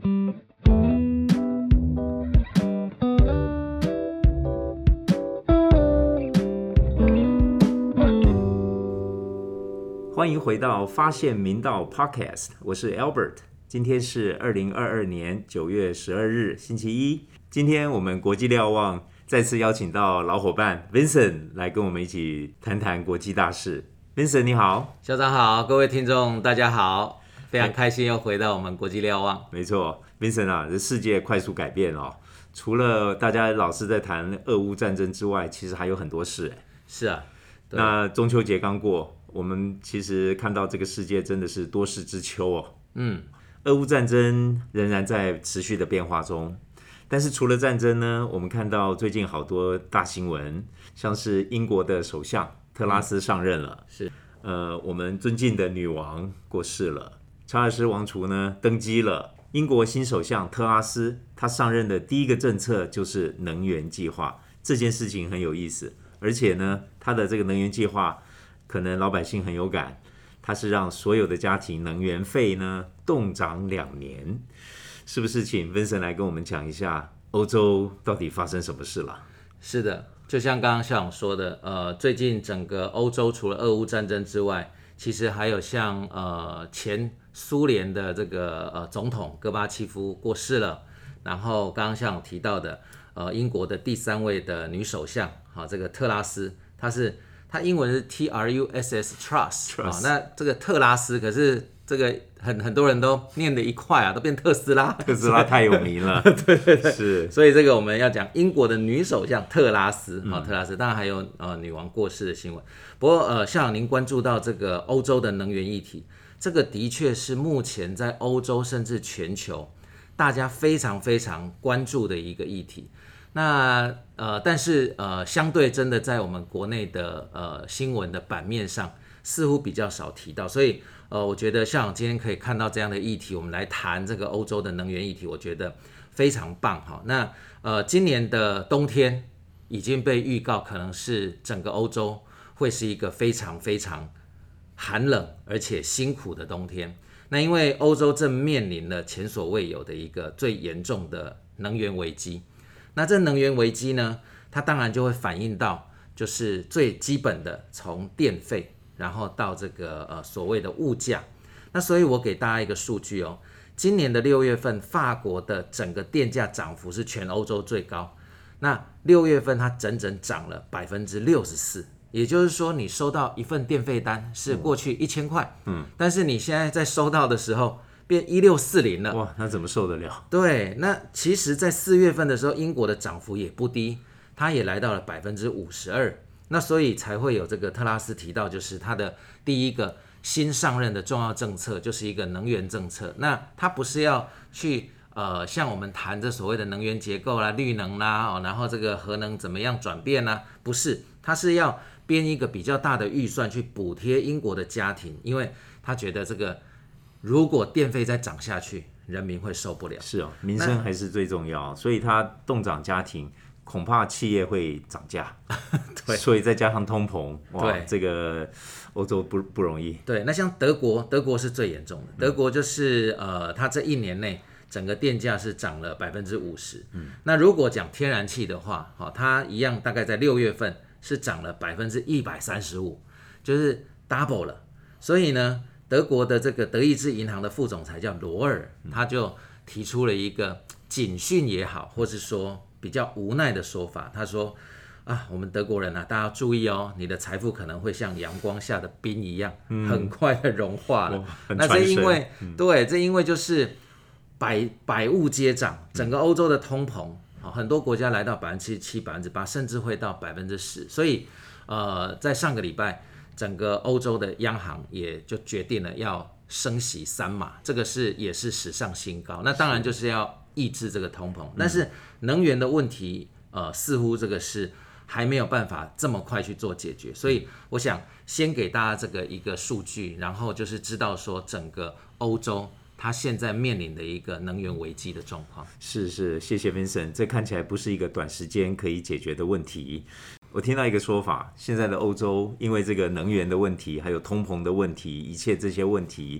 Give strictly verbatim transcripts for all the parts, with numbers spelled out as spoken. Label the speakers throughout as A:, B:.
A: 欢迎回到发现明道 Podcast， 我是 Albert， 今天是二零二二年九月十二日星期一。今天我们国际瞭望再次邀请到老伙伴 Vincent 来跟我们一起谈谈国际大事。 Vincent 你好。
B: 校长好，各位听众大家好，非常开心又回到我们国际瞭望。
A: 没错 Vincent 啊，这世界快速改变哦，除了大家老是在谈俄乌战争之外，其实还有很多事。
B: 是啊，
A: 那中秋节刚过，我们其实看到这个世界真的是多事之秋哦。
B: 嗯，
A: 俄乌战争仍然在持续的变化中，但是除了战争呢，我们看到最近好多大新闻，像是英国的首相特拉斯上任了，
B: 嗯、是，
A: 呃，我们尊敬的女王过世了，查尔斯王储呢登基了。英国新首相特拉斯他上任的第一个政策就是能源计划，这件事情很有意思，而且呢，他的这个能源计划可能老百姓很有感，它是让所有的家庭能源费呢冻涨两年，是不是？请 Vincent 来跟我们讲一下欧洲到底发生什么事了？
B: 是的，就像刚刚校长说的，呃，最近整个欧洲除了俄乌战争之外，其实还有像呃前苏联的这个呃总统戈巴契夫过世了，然后刚刚校长提到的呃英国的第三位的女首相，好、这个特拉斯，她是。它英文是 T R U S S Trust，, Trust、哦、那这个特拉斯可是这个 很, 很多人都念的一块啊，都变特斯拉，
A: 特斯拉太有名了。
B: 对对对，
A: 是。
B: 所以这个我们要讲英国的女首相特拉斯，嗯哦、特拉斯，当然还有呃女王过世的新闻。不过呃，校长您关注到这个欧洲的能源议题，这个的确是目前在欧洲甚至全球大家非常非常关注的一个议题。那呃，但是呃，相对真的在我们国内的呃新闻的版面上，似乎比较少提到，所以呃，我觉得校长今天可以看到这样的议题，我们来谈这个欧洲的能源议题，我觉得非常棒哈。那呃，今年的冬天已经被预告，可能是整个欧洲会是一个非常非常寒冷而且辛苦的冬天。那因为欧洲正面临了前所未有的一个最严重的能源危机。那这能源危机呢，它当然就会反映到就是最基本的从电费，然后到这个呃所谓的物价。那所以我给大家一个数据哦，今年的六月份，法国的整个电价涨幅是全欧洲最高。那六月份它整整涨了百分之六十四，也就是说你收到一份电费单是过去一千块，嗯，但是你现在在收到的时候。变一六四零了，
A: 哇，那怎么受得了？
B: 对，那其实，在四月份的时候，英国的涨幅也不低，它也来到了百分之五十二。那所以才会有这个特拉斯提到，就是他的第一个新上任的重要政策，就是一个能源政策。那他不是要去呃像我们谈这所谓的能源结构啦、绿能啦，哦，然后这个核能怎么样转变啦，不是，他是要编一个比较大的预算去补贴英国的家庭，因为他觉得这个。如果电费再涨下去，人民会受不了。
A: 是哦，民生还是最重要，所以它冻涨家庭，恐怕企业会涨价。对，所以再加上通膨，哇，这个欧洲不不容易。
B: 对，那像德国，德国是最严重的。德国就是呃，它这一年内整个电价是涨了百分之五十。嗯，那如果讲天然气的话，好，它一样大概在六月份是涨了百分之一百三十五，就是 double 了。所以呢。德国的这个德意志银行的副总裁叫罗尔，他就提出了一个警讯也好，或是说比较无奈的说法。他说啊，我们德国人啊，大家要注意哦，你的财富可能会像阳光下的冰一样，嗯、很快的融化了。那这因为、嗯、对，这因为就是百百物皆涨，整个欧洲的通膨，很多国家来到百分之七、百分之八，甚至会到百分之十。所以呃，在上个礼拜。整个欧洲的央行也就决定了要升息三码，这个是也是史上新高。那当然就是要抑制这个通膨，但是能源的问题，呃，似乎这个是还没有办法这么快去做解决。所以我想先给大家这个一个数据，然后就是知道说整个欧洲它现在面临的一个能源危机的状况。
A: 是是，谢谢 Vincent， 这看起来不是一个短时间可以解决的问题。我听到一个说法，现在的欧洲因为这个能源的问题，还有通膨的问题，一切这些问题，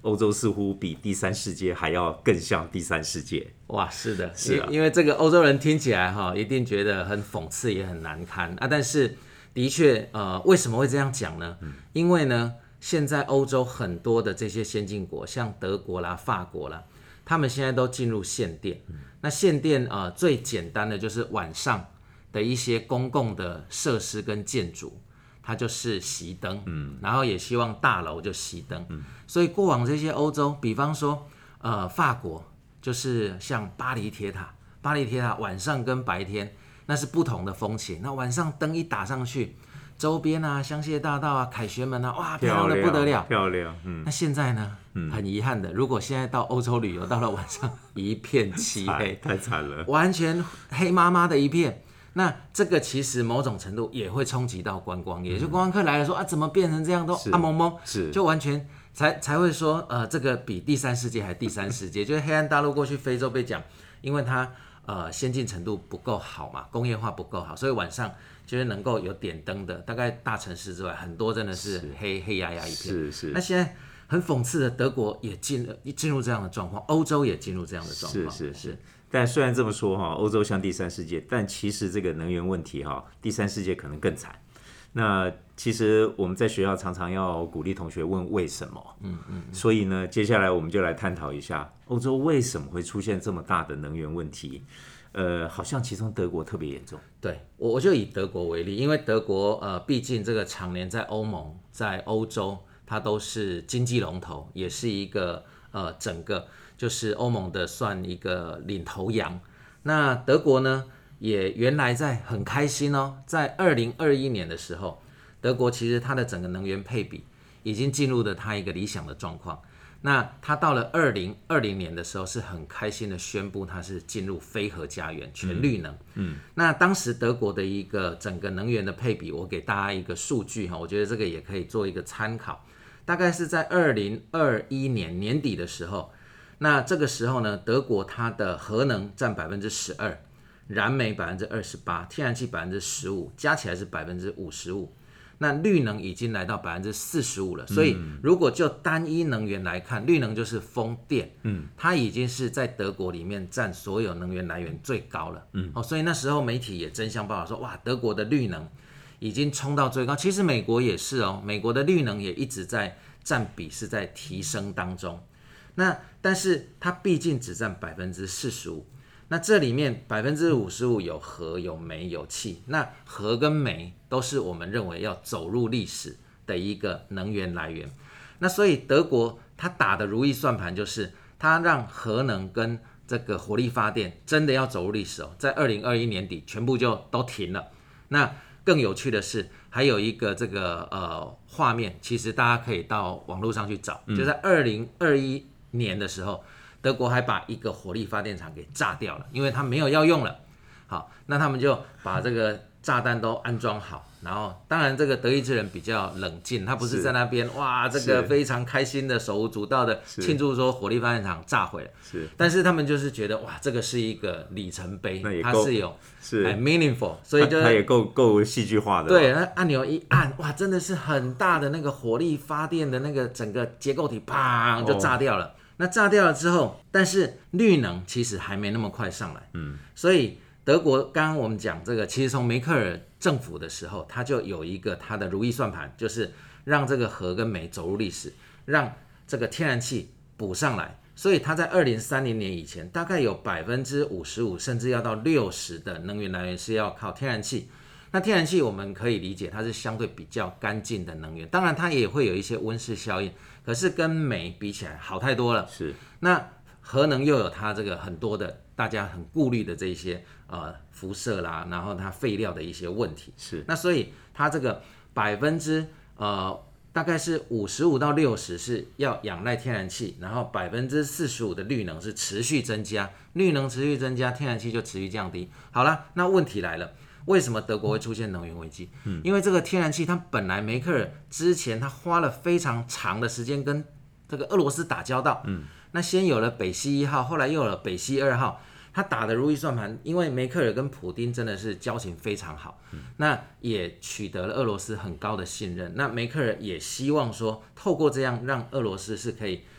A: 欧洲似乎比第三世界还要更像第三世界。
B: 哇，是的，
A: 是啊，
B: 因为这个欧洲人听起来哈，一定觉得很讽刺，也很难堪啊。但是的确，呃，为什么会这样讲呢？嗯、因为呢，现在欧洲很多的这些先进国，像德国啦、法国啦，他们现在都进入限电。嗯、那限电呃，最简单的就是晚上的一些公共的设施跟建筑，它就是熄灯，嗯，然后也希望大楼就熄灯。嗯、所以过往这些欧洲，比方说呃法国。就是像巴黎铁塔，巴黎铁塔晚上跟白天那是不同的风情。那晚上灯一打上去，周边啊，香榭大道啊，凯旋门啊，哇，漂亮的不得了，
A: 漂亮。嗯，
B: 那现在呢，嗯、很遗憾的，如果现在到欧洲旅游，到了晚上一片漆黑，
A: 太惨了，
B: 完全黑麻麻的一片。那这个其实某种程度也会冲击到观光业，嗯、就观光客来了说啊，怎么变成这样都啊蒙蒙，
A: 是
B: 就完全。才才会说，呃，这个比第三世界还第三世界，就是黑暗大陆过去非洲被讲，因为它呃先进程度不够好嘛，工业化不够好，所以晚上就是能够有点灯的，大概大城市之外，很多真的是黑黑压压一片。
A: 是是。
B: 那现在很讽刺的，德国也进进入这样的状况，欧洲也进入这样的状况。
A: 是是是。但虽然这么说哈，欧洲像第三世界，但其实这个能源问题哈，第三世界可能更惨。那其实我们在学校常常要鼓励同学问为什么，嗯嗯，所以呢，接下来我们就来探讨一下欧洲为什么会出现这么大的能源问题。呃，好像其中德国特别严重。
B: 对，我我就以德国为例，因为德国呃，毕竟这个常年在欧盟、在欧洲，它都是经济龙头，也是一个呃整个就是欧盟的算一个领头羊。那德国呢？也原来在很开心哦，在二零二一年的时候，德国其实它的整个能源配比已经进入了它一个理想的状况。那它到了二零二零年的时候，是很开心的宣布它是进入非核家园，全绿能。嗯，嗯那当时德国的一个整个能源的配比，我给大家一个数据哈，我觉得这个也可以做一个参考。大概是在二零二一年年底的时候，那这个时候呢，德国它的核能占百分之十二。燃煤百分之二十八，天然气百分之十五，加起来是百分之五十五。那绿能已经来到百分之四十五了。所以如果就单一能源来看，绿能就是风电，嗯，它已经是在德国里面占所有能源来源最高了。嗯，哦，所以那时候媒体也争相报道说，哇，德国的绿能已经冲到最高。其实美国也是哦，美国的绿能也一直在占比是在提升当中。那但是它毕竟只占百分之四十五。那这里面百分之五十五有核、有煤、有气，那核跟煤都是我们认为要走入历史的一个能源来源。那所以德国他打的如意算盘就是，他让核能跟这个火力发电真的要走入历史哦，在二零二一年底全部就都停了。那更有趣的是，还有一个这个呃画面，其实大家可以到网络上去找，嗯、就在二零二一年的时候。德国还把一个火力发电厂给炸掉了，因为它没有要用了。好，那他们就把这个炸弹都安装好，然后当然这个德意志人比较冷静，他不是在那边哇这个非常开心的手舞足蹈的庆祝说火力发电厂炸毁了，
A: 是，
B: 但是他们就是觉得哇这个是一个里程碑，它是有
A: 是、
B: 哎、meaningful， 所以就
A: 它也够够戏剧化的。
B: 对，那按钮一按，哇真的是很大的那个火力发电的那个整个结构体，砰就炸掉了。哦，那炸掉了之后，但是绿能其实还没那么快上来，嗯，所以德国刚刚我们讲这个，其实从梅克尔政府的时候，他就有一个他的如意算盘，就是让这个核跟煤走入历史，让这个天然气补上来，所以他在二零三零年以前，大概有百分之五十五甚至要到六十的能源来源是要靠天然气。那天然气我们可以理解它是相对比较干净的能源，当然它也会有一些温室效应，可是跟煤比起来好太多了。
A: 是，
B: 那核能又有它这个很多的大家很顾虑的这些呃辐射啦，然后它废料的一些问题。
A: 是，
B: 那所以它这个百分之呃大概是五十五到六十是要仰赖天然气，然后百分之四十五的绿能是持续增加，绿能持续增加，天然气就持续降低。好了，那问题来了。为什么德国会出现能源危机？嗯，因为这个天然气，它本来梅克尔之前他花了非常长的时间跟这个俄罗斯打交道，嗯，那先有了北溪一号，后来又有了北溪二号，他打的如意算盘，因为梅克尔跟普丁真的是交情非常好，嗯，那也取得了俄罗斯很高的信任。那梅克尔也希望说，透过这样让俄罗斯是可以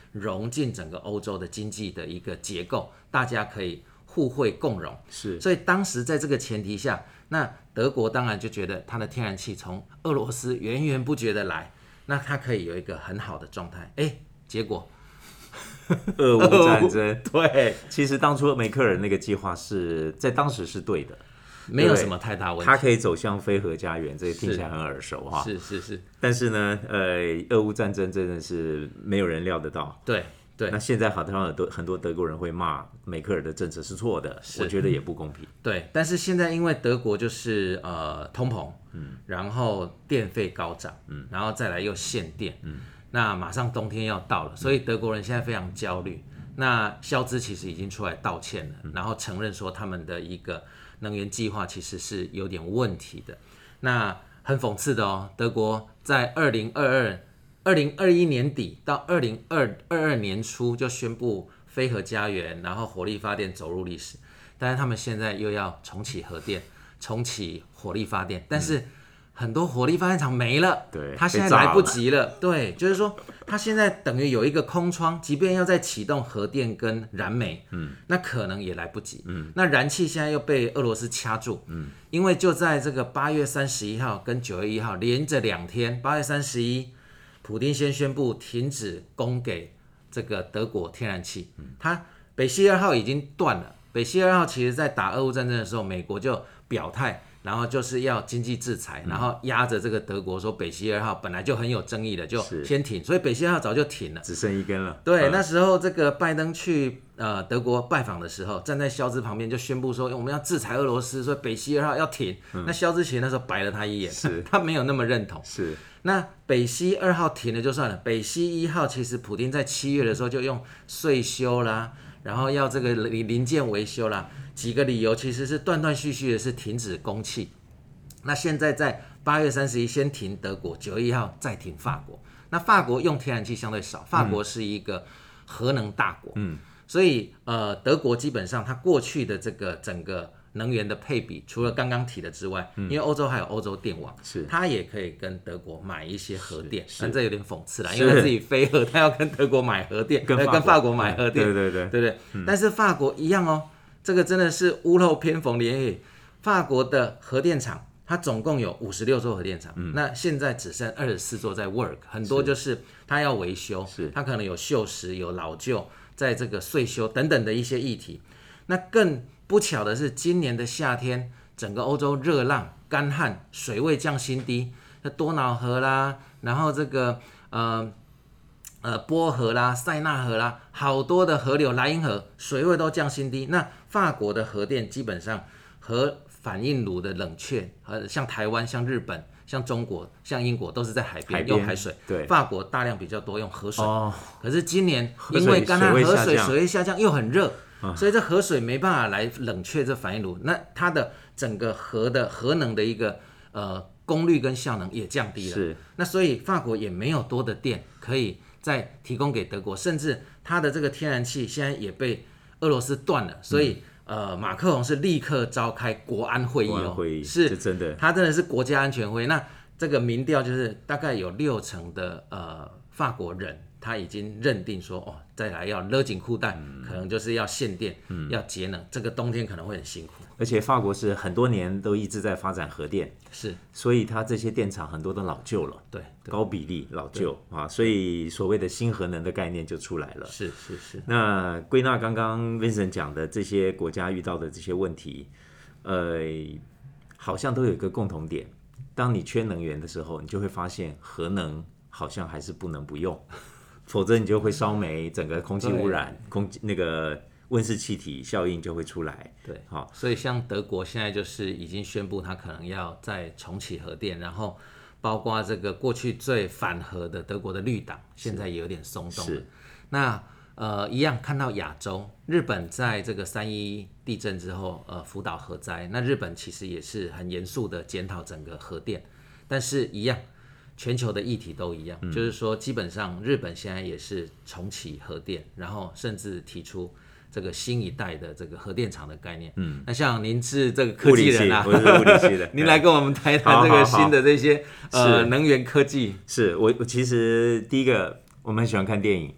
B: 融进整个欧洲的经济的一个结构，大家可以互惠共荣。
A: 是，
B: 所以当时在这个前提下，那德国当然就觉得它的天然气从俄罗斯源源不绝的来，那它可以有一个很好的状态。哎，结果
A: 俄乌战争，
B: 对，
A: 其实当初梅克尔那个计划是在当时是对的，
B: 没有什么太大问题，
A: 它可以走向非核家园，这个听起来很耳熟哈。
B: 是是是，
A: 但是呢，呃，俄乌战争真的是没有人料得到。
B: 对对。
A: 那现在好像很多很多德国人会骂梅克尔的政策是错的，我觉得也不公平。
B: 对，但是现在因为德国就是呃通膨，嗯，然后电费高涨，嗯，然后再来又限电，嗯，那马上冬天要到了，所以德国人现在非常焦虑。那肖兹其实已经出来道歉了，嗯、然后承认说他们的一个能源计划其实是有点问题的。那很讽刺的哦，德国在二零二二、二零二一年底到二零二二年初就宣布非核家园，然后火力发电走入历史，但是他们现在又要重启核电，重启火力发电，但是很多火力发电厂没了，
A: 对，
B: 他现在来不及了。对，就是说他现在等于有一个空窗，即便要再启动核电跟燃煤，嗯，那可能也来不及。嗯，那燃气现在又被俄罗斯掐住，嗯，因为就在这个八月三十一号跟九月一号连着两天，八月三十一，普丁先宣布停止供给这个德国天然气，嗯，他北溪二号已经断了。北溪二号其实在打俄乌战争的时候，美国就表态。然后就是要经济制裁，然后压着这个德国说北溪二号本来就很有争议的，就先停，所以北溪二号早就停了，
A: 只剩一根了。
B: 对，嗯、那时候这个拜登去呃德国拜访的时候，站在肖兹旁边就宣布说我们要制裁俄罗斯，所以北溪二号要停。嗯、那肖兹其实那时候白了他一眼，
A: 是
B: 他没有那么认同。
A: 是，
B: 那北溪二号停了就算了，北溪一号其实普丁在七月的时候就用税修啦，然后要这个零件维修啦。几个理由其实是断断续续的，是停止供气。那现在在八月三十一先停德国，九月一号再停法国。那法国用天然气相对少，法国是一个核能大国，嗯，所以呃德国基本上它过去的这个整个能源的配比，除了刚刚提的之外，嗯、因为欧洲还有欧洲电网，
A: 是
B: 它也可以跟德国买一些核电，但这有点讽刺啦，因为他自己非核，他要跟德国买核电，
A: 跟法 国,、呃、
B: 跟法国买核电，
A: 对对对
B: 对对、嗯、但是法国一样哦，这个真的是屋漏偏逢连夜雨，法国的核电厂。它总共有五十六座核电厂，嗯、那现在只剩二十四座在 work， 很多就是它要维修，它可能有锈蚀、有老旧，在这个岁修等等的一些议题。那更不巧的是，今年的夏天，整个欧洲热浪、干旱，水位降新低，那多瑙河啦，然后这个呃呃波河啦、塞纳河啦，好多的河流、莱茵河水位都降新低。那法国的核电基本上核反应炉的冷却，呃，像台湾、像日本、像中国、像英国，都是在海边用海水。
A: 对，
B: 法国大量比较多用河水。
A: 哦，
B: 可是今年因为干旱，河水水位下降又很热，
A: 啊、
B: 所以这河水没办法来冷却这反应炉，那它的整个核的核能的一个呃功率跟效能也降低了。
A: 是，
B: 那所以法国也没有多的电可以再提供给德国，甚至它的这个天然气现在也被俄罗斯断了，所以。嗯呃，马克龙是立刻召开国安会议哦，
A: 会议
B: 是
A: 真的，
B: 他真的是国家安全会议。那这个民调就是大概有六成的呃法国人他已经认定说，哦，再来要勒紧裤带，嗯、可能就是要限电，嗯、要节能，这个冬天可能会很辛苦。
A: 而且法国是很多年都一直在发展核电，
B: 是，
A: 所以它这些电厂很多都老旧了，
B: 对，对
A: 高比例老旧啊，所以所谓的新核能的概念就出来了。
B: 是是是。
A: 那归纳刚刚 Vincent 讲的这些国家遇到的这些问题，呃，好像都有一个共同点，当你缺能源的时候，你就会发现核能好像还是不能不用，否则你就会烧煤，整个空气污染，空那个。温室气体效应就会出来，
B: 对，好，所以像德国现在就是已经宣布，它可能要再重启核电，然后包括这个过去最反核的德国的绿党，现在也有点松动了。那呃，一样看到亚洲，日本在这个三一地震之后，呃，福岛核灾，那日本其实也是很严肃的检讨整个核电，但是一样，全球的议题都一样，嗯、就是说基本上日本现在也是重启核电，然后甚至提出。这个新一代的这个核电厂的概念，嗯，那像您是这个科技人啊，
A: 我是物理系的，
B: 您来跟我们谈一谈这个新的这些呃能源科技。
A: 是我我其实第一个我们很喜欢看电影，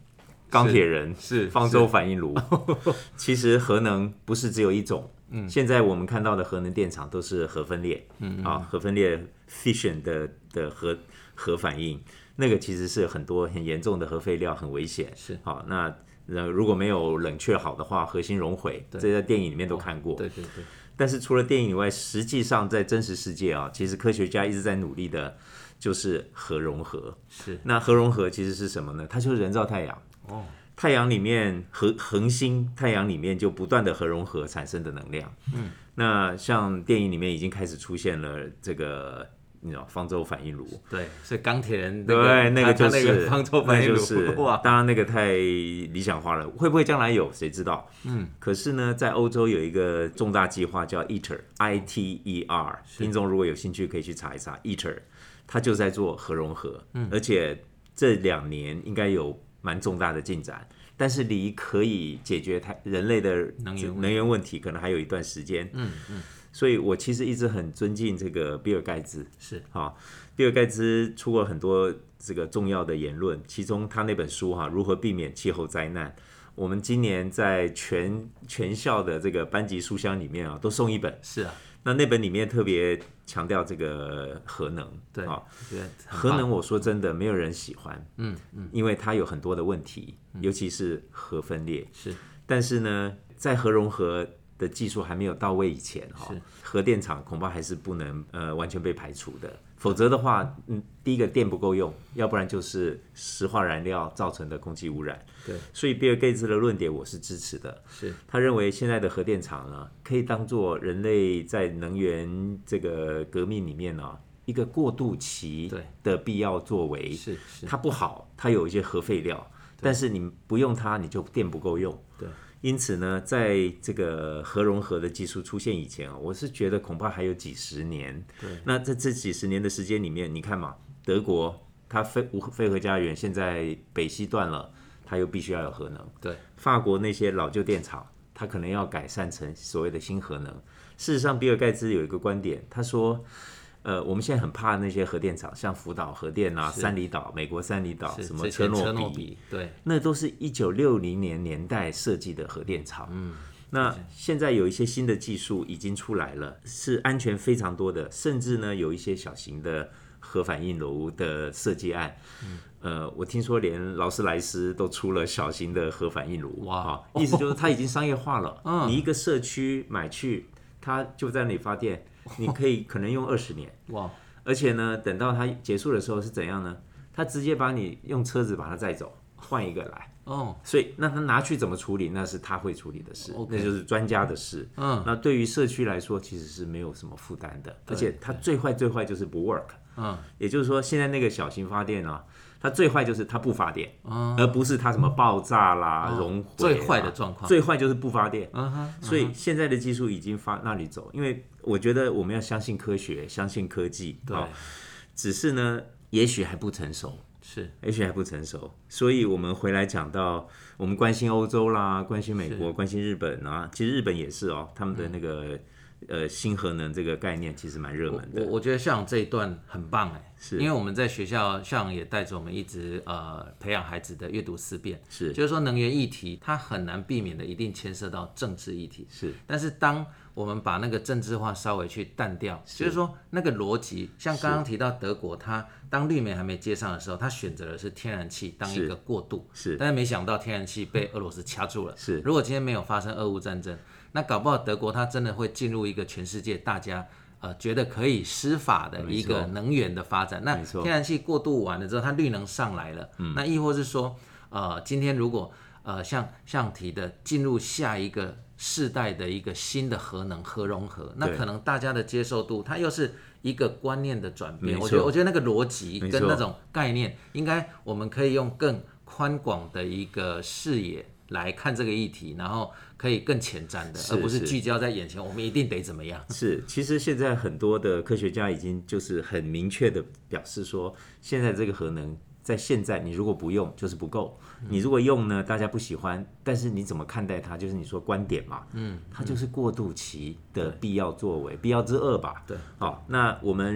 A: 钢铁人、
B: 是
A: 方舟反应炉。其实核能不是只有一种，嗯，现在我们看到的核能电厂都是核分裂，嗯啊，核分裂 fission 的的核核反应，那个其实是很多很严重的核废料，很危险。
B: 是
A: 好，那呃如果没有冷却好的话，核心熔毁，这在电影里面都看过。
B: 哦、对对对。
A: 但是除了电影以外，实际上在真实世界啊，其实科学家一直在努力的，就是核融合。
B: 是。那
A: 核融合其实是什么呢？它就是人造太阳。哦。太阳里面核恒星，太阳里面就不断的核融合产生的能量。嗯。那像电影里面已经开始出现了这个。你知道方舟反应炉，
B: 对，所以钢铁人、那个、
A: 对那个就是
B: 那个方舟反应炉，
A: 就是哇，当然那个太理想化了，会不会将来有谁知道？嗯，可是呢，在欧洲有一个重大计划叫 I T E R，I T E R， 听众如果有兴趣可以去查一查 I T E R， 它就在做核融合，嗯，而且这两年应该有蛮重大的进展，但是离可以解决人类的能源能源问题可能还有一段时间，嗯嗯。所以我其实一直很尊敬这个比尔盖茨，
B: 是
A: 哈，比尔盖茨出过很多这个重要的言论，其中他那本书哈，如何避免气候灾难，我们今年在全全校的这个班级书箱里面啊，都送一本。
B: 是啊，
A: 那那本里面特别强调这个核能，
B: 对啊，
A: 核能我说真的没有人喜欢，嗯嗯，因为它有很多的问题，尤其是核分裂，
B: 是，
A: 但是呢，在核融合的技术还没有到位以前，哈，核电厂恐怕还是不能呃完全被排除的。否则的话，嗯，第一个电不够用，要不然就是石化燃料造成的空气污染。
B: 对，
A: 所以比尔盖茨的论点我是支持的。
B: 是，
A: 他认为现在的核电厂呢，可以当做人类在能源这个革命里面呢一个过渡期的必要作为。
B: 是是，
A: 它不好，它有一些核废料，但是你不用它，你就电不够用。
B: 对。
A: 因此呢，在这个核融合的技术出现以前啊，我是觉得恐怕还有几十年。
B: 对，
A: 那在这几十年的时间里面，你看嘛，德国它非无非核家园现在北溪断了，它又必须要有核能。
B: 对，
A: 法国那些老旧电厂，它可能要改善成所谓的新核能。事实上，比尔盖茨有一个观点，他说。呃，我们现在很怕那些核电厂，像福岛核电啊、三里岛、美国三里岛、什么车诺比，
B: 比，对，
A: 那都是一九六零年年代设计的核电厂。嗯，那现在有一些新的技术已经出来了，是安全非常多的，甚至呢有一些小型的核反应炉的设计案。嗯，呃，我听说连劳斯莱斯都出了小型的核反应炉。哇，意思就是它已经商业化了。嗯，你一个社区买去，它就在那里发电。你可以可能用二十年哇，而且呢，等到它结束的时候是怎样呢？他直接把你用车子把它载走，换一个来哦。所以那他拿去怎么处理，那是他会处理的事， okay. 那就是专家的事。嗯，那对于社区来说，其实是没有什么负担的，而且它最坏最坏就是不 work。嗯，也就是说，现在那个小型发电啊，它最坏就是它不发电，嗯、而不是它什么爆炸啦、熔毁、哦。
B: 最坏的状况，
A: 最坏就是不发电。嗯哼，所以现在的技术已经发那里走，因为我觉得我们要相信科学，相信科技。
B: 对、哦，
A: 只是呢，也许还不成熟。
B: 是，
A: 也许还不成熟，所以我们回来讲到，我们关心欧洲啦，关心美国，关心日本啊，其实日本也是哦，他们的那个、嗯、呃新核能这个概念其实蛮热门的。
B: 我我觉得校长这一段很棒哎，是因为我们在学校，校长也带着我们一直呃培养孩子的阅读思辨，
A: 是，
B: 就是说能源议题它很难避免的，一定牵涉到政治议题，
A: 是，
B: 但是当我们把那个政治化稍微去淡掉，是就是说那个逻辑，像刚刚提到德国，它当绿媒还没接上的时候，它选择的是天然气当一个过渡，
A: 是，
B: 但是没想到天然气被俄罗斯掐住了，
A: 是，
B: 如果今天没有发生俄乌战争，那搞不好德国它真的会进入一个全世界大家呃觉得可以施法的一个能源的发展。那天然气过渡完了之后，它绿能上来了，嗯、那亦或是说，呃，今天如果呃像像提的进入下一个世代的一个新的核能核融合，那可能大家的接受度，它又是一个观念的转变。我觉得，我觉得那个逻辑跟那种概念，应该我们可以用更宽广的一个视野来看这个议题，然后可以更前瞻的，而不是聚焦在眼前，我们一定得怎么样。
A: 是，其实现在很多的科学家已经就是很明确的表示说，现在这个核能在现在你如果不用就是不够，你如果用呢，大家不喜欢，但是你怎么看待它，就是你说观点嘛，嗯，它就是过渡期的必要作为，必要之恶吧。
B: 对，
A: 好，那我们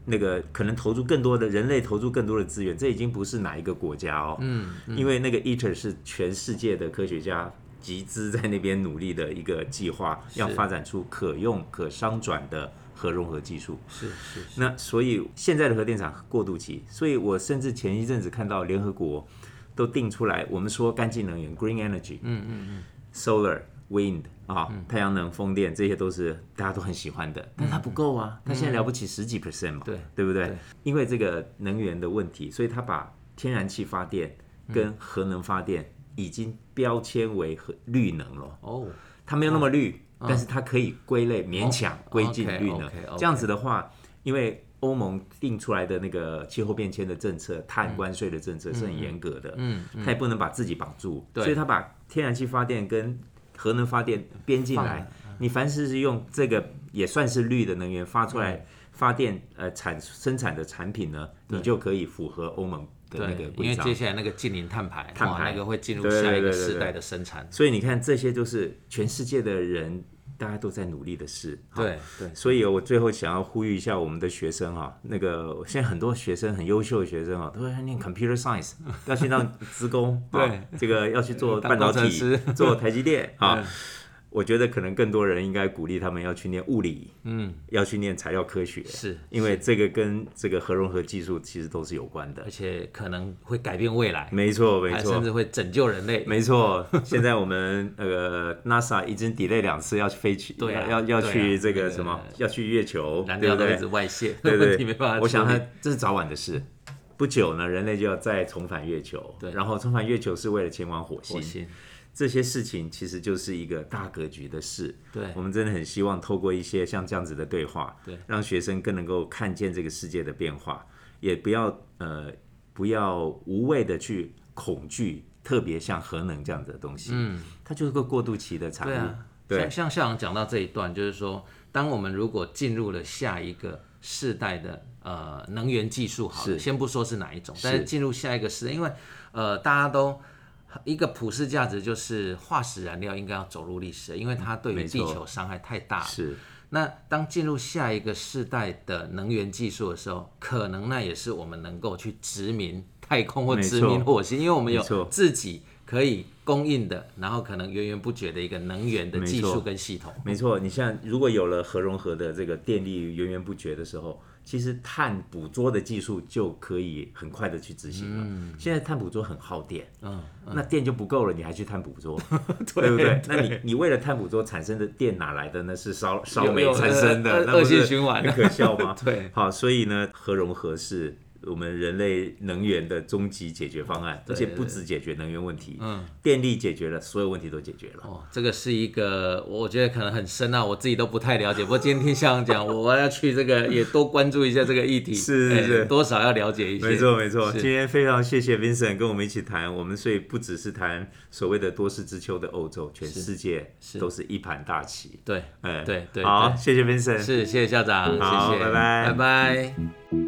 A: 那个可能投入更多的人类投入更多的资源，这已经不是哪一个国家哦，嗯，嗯因为那个 I T E R 是全世界的科学家集资在那边努力的一个计划，要发展出可用可商转的核融合技术。
B: 是是是。
A: 那所以现在的核电厂过渡期，所以我甚至前一阵子看到联合国都定出来，我们说干净能源 （green energy），嗯嗯嗯 ，solar、wind 啊，嗯、太阳能、风电这些都是大家都很喜欢的，但它不够啊，它现在了不起十几 percent 嘛，对对不对？对因为这个能源的问题，所以它把天然气发电跟核能发电已经标签为绿能了。哦，它没有那么绿。但是它可以归类勉强归进绿能，这样子的话，因为欧盟定出来的那个气候变迁的政策、碳关税的政策是很严格的，嗯，它也不能把自己绑住，所以它把天然气发电跟核能发电编进来，你凡是是用这个也算是绿的能源发出来发电呃产生产的产品呢，你就可以符合欧盟的那个规章，
B: 因为接下来那个近零碳排，碳排那个会进入下一个世代的生产，对对对对对，
A: 所以你看这些都是全世界的人大家都在努力的事。
B: 对对，
A: 所以我最后想要呼吁一下我们的学生哈，那个现在很多学生很优秀的学生啊，都在念 computer science， 要去当资工，对，这个要去做半导体，做台积电啊。我觉得可能更多人应该鼓励他们要去念物理，嗯，要去念材料科学，
B: 是
A: 因为这个跟这个核融合技术其实都是有关的，
B: 而且可能会改变未来，
A: 没错没错，
B: 甚至会拯救人类，
A: 没错。现在我们那个 NASA 已经 delay 两次要去飞去，对、啊，要要去这个什么，那个、要去月球，
B: 燃料都一直外泄，
A: 对对，
B: 问题没办法处理。
A: 我想它这是早晚的事，不久呢，人类就要再重返月球，对，然后重返月球是为了前往火星。火星这些事情其实就是一个大格局的事，对，我们真的很希望透过一些像这样子的对话，对，让学生更能够看见这个世界的变化，也不要呃不要无谓的去恐惧，特别像核能这样子的东西，嗯，它就是个过渡期的产物。对啊，
B: 对，像像校长讲到这一段，就是说，当我们如果进入了下一个世代的呃能源技术，好了，先不说是哪一种，但是进入下一个世代，因为呃大家都。一个普世价值就是化石燃料应该要走入历史，因为它对于地球伤害太大了。是。那当进入下一个世代的能源技术的时候，可能那也是我们能够去殖民太空或殖民火星，因为我们有自己可以供应的，然后可能源源不绝的一个能源的技术跟系统。
A: 没错，你像如果有了核融合的这个电力源源不绝的时候，其实碳捕捉的技术就可以很快的去执行了。嗯、现在碳捕捉很耗电，嗯嗯、那电就不够了，你还去碳捕捉，对, 对不对？那你你为了碳捕捉产生的电哪来的？那是烧烧煤产生的，
B: 恶性循环，
A: 很可笑吗？
B: 对，
A: 好，所以呢，核融合是我们人类能源的终极解决方案，而且不只解决能源问题，嗯，电力解决了，所有问题都解决了。
B: 哦，这个是一个我觉得可能很深啊，我自己都不太了解。不过今天听校长讲，我要去这个也多关注一下这个议题，
A: 是是是、
B: 欸，多少要了解一些。
A: 没错没错，今天非常谢谢 Vincent 跟我们一起谈，我们所以不只是谈所谓的多事之秋的欧洲，全世界都是一盘大棋。
B: 对，哎、欸，对对，
A: 好，谢谢 Vincent，
B: 是谢谢校长，
A: 好，
B: 谢谢，
A: 拜拜，
B: 拜拜。